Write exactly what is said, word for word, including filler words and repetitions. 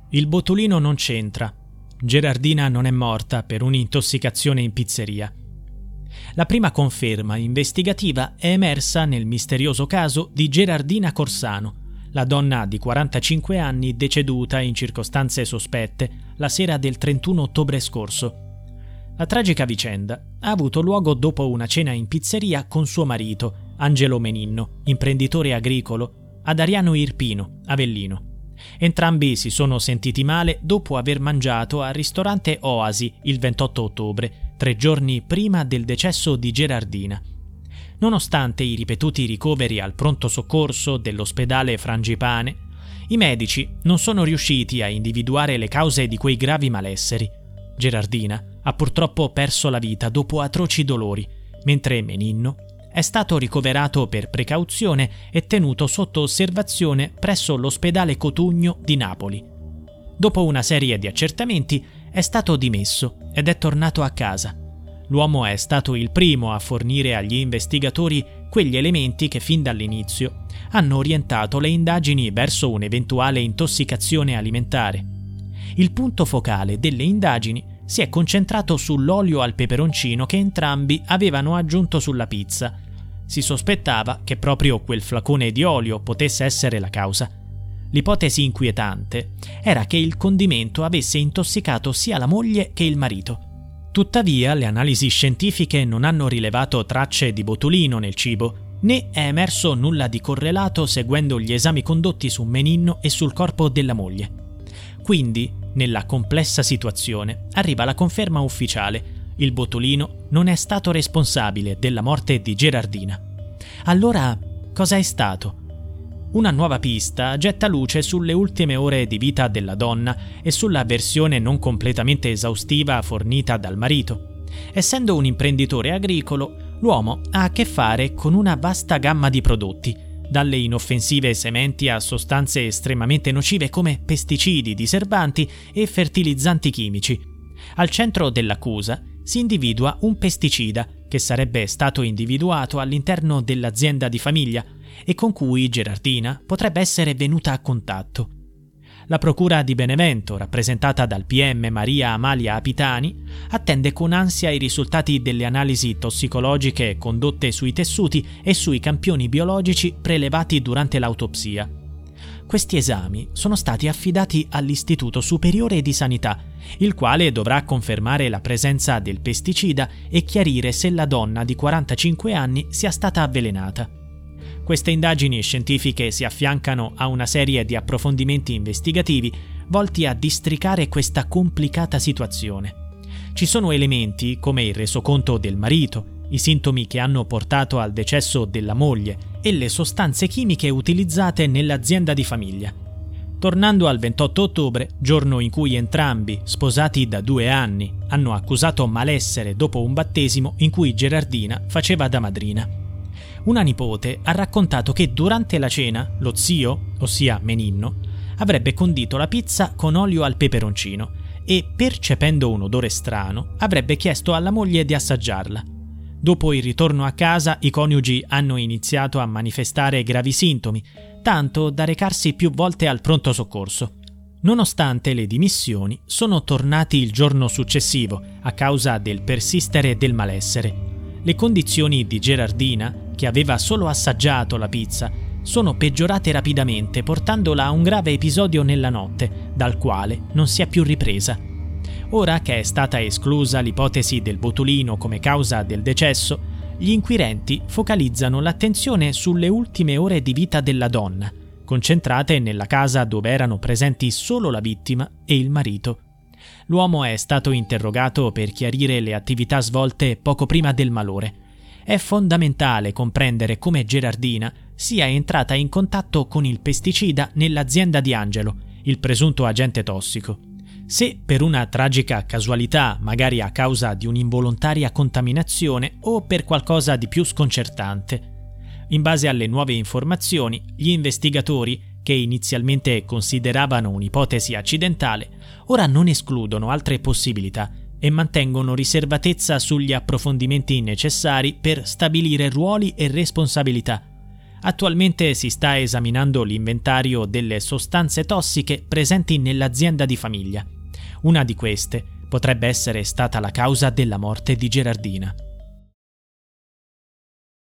Il botulino non c'entra. Gerardina non è morta per un'intossicazione in pizzeria. La prima conferma investigativa è emersa nel misterioso caso di Gerardina Corsano, la donna di quarantacinque anni deceduta in circostanze sospette la sera del trentuno ottobre scorso. La tragica vicenda ha avuto luogo dopo una cena in pizzeria con suo marito, Angelo Meninno, imprenditore agricolo, ad Ariano Irpino, Avellino. Entrambi si sono sentiti male dopo aver mangiato al ristorante Oasi il ventotto ottobre, tre giorni prima del decesso di Gerardina. Nonostante i ripetuti ricoveri al pronto soccorso dell'ospedale Frangipane, i medici non sono riusciti a individuare le cause di quei gravi malesseri. Gerardina ha purtroppo perso la vita dopo atroci dolori, mentre Meninno è stato ricoverato per precauzione e tenuto sotto osservazione presso l'ospedale Cotugno di Napoli. Dopo una serie di accertamenti è stato dimesso ed è tornato a casa. L'uomo è stato il primo a fornire agli investigatori quegli elementi che fin dall'inizio hanno orientato le indagini verso un'eventuale intossicazione alimentare. Il punto focale delle indagini si è concentrato sull'olio al peperoncino che entrambi avevano aggiunto sulla pizza. Si sospettava che proprio quel flacone di olio potesse essere la causa. L'ipotesi inquietante era che il condimento avesse intossicato sia la moglie che il marito. Tuttavia, le analisi scientifiche non hanno rilevato tracce di botulino nel cibo, né è emerso nulla di correlato seguendo gli esami condotti su Meninno e sul corpo della moglie. Quindi, nella complessa situazione, arriva la conferma ufficiale: il botulino non è stato responsabile della morte di Gerardina. Allora, cosa è stato? Una nuova pista getta luce sulle ultime ore di vita della donna e sulla versione non completamente esaustiva fornita dal marito. Essendo un imprenditore agricolo, l'uomo ha a che fare con una vasta gamma di prodotti, dalle inoffensive sementi a sostanze estremamente nocive come pesticidi, diserbanti e fertilizzanti chimici. Al centro dell'accusa si individua un pesticida che sarebbe stato individuato all'interno dell'azienda di famiglia e con cui Gerardina potrebbe essere venuta a contatto. La procura di Benevento, rappresentata dal P M Maria Amalia Apitani, attende con ansia i risultati delle analisi tossicologiche condotte sui tessuti e sui campioni biologici prelevati durante l'autopsia. Questi esami sono stati affidati all'Istituto Superiore di Sanità, il quale dovrà confermare la presenza del pesticida e chiarire se la donna di quarantacinque anni sia stata avvelenata. Queste indagini scientifiche si affiancano a una serie di approfondimenti investigativi volti a districare questa complicata situazione. Ci sono elementi come il resoconto del marito, i sintomi che hanno portato al decesso della moglie e le sostanze chimiche utilizzate nell'azienda di famiglia. Tornando al ventotto ottobre, giorno in cui entrambi, sposati da due anni, hanno accusato malessere dopo un battesimo in cui Gerardina faceva da madrina. Una nipote ha raccontato che durante la cena lo zio, ossia Meninno, avrebbe condito la pizza con olio al peperoncino e, percependo un odore strano, avrebbe chiesto alla moglie di assaggiarla. Dopo il ritorno a casa, i coniugi hanno iniziato a manifestare gravi sintomi, tanto da recarsi più volte al pronto soccorso. Nonostante le dimissioni, sono tornati il giorno successivo a causa del persistere del malessere. Le condizioni di Gerardina, che aveva solo assaggiato la pizza, sono peggiorate rapidamente, portandola a un grave episodio nella notte, dal quale non si è più ripresa. Ora che è stata esclusa l'ipotesi del botulino come causa del decesso, gli inquirenti focalizzano l'attenzione sulle ultime ore di vita della donna, concentrate nella casa dove erano presenti solo la vittima e il marito. L'uomo è stato interrogato per chiarire le attività svolte poco prima del malore. È fondamentale comprendere come Gerardina sia entrata in contatto con il pesticida nell'azienda di Angelo, il presunto agente tossico. Se per una tragica casualità, magari a causa di un'involontaria contaminazione o per qualcosa di più sconcertante. In base alle nuove informazioni, gli investigatori, che inizialmente consideravano un'ipotesi accidentale, ora non escludono altre possibilità e mantengono riservatezza sugli approfondimenti necessari per stabilire ruoli e responsabilità. Attualmente si sta esaminando l'inventario delle sostanze tossiche presenti nell'azienda di famiglia. Una di queste potrebbe essere stata la causa della morte di Gerardina.